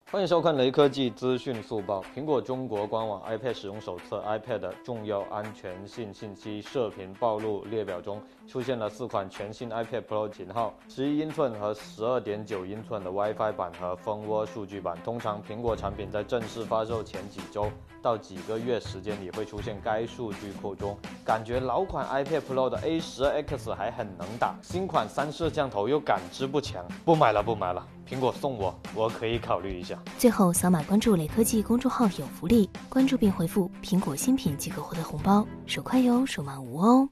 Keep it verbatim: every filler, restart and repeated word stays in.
欢迎收看雷科技资讯速报。苹果中国官网 iPad 使用手册 iPad 重要安全性信息射频暴露列表中出现了四款全新 iPad Pro 型号，十一英寸和十二点九英寸的 WiFi 版和蜂窝数据版。通常苹果产品在正式发售前几周到几个月时间里会出现该数据库中，感觉老款 iPad Pro 的 A 十二 X 还很能打，新款三摄像头又感知不强，不买了不买了，苹果送我，我可以考虑一下。 最后扫码关注雷科技公众号有福利，关注并回复苹果新品即可获得红包，手快有，手慢无哦。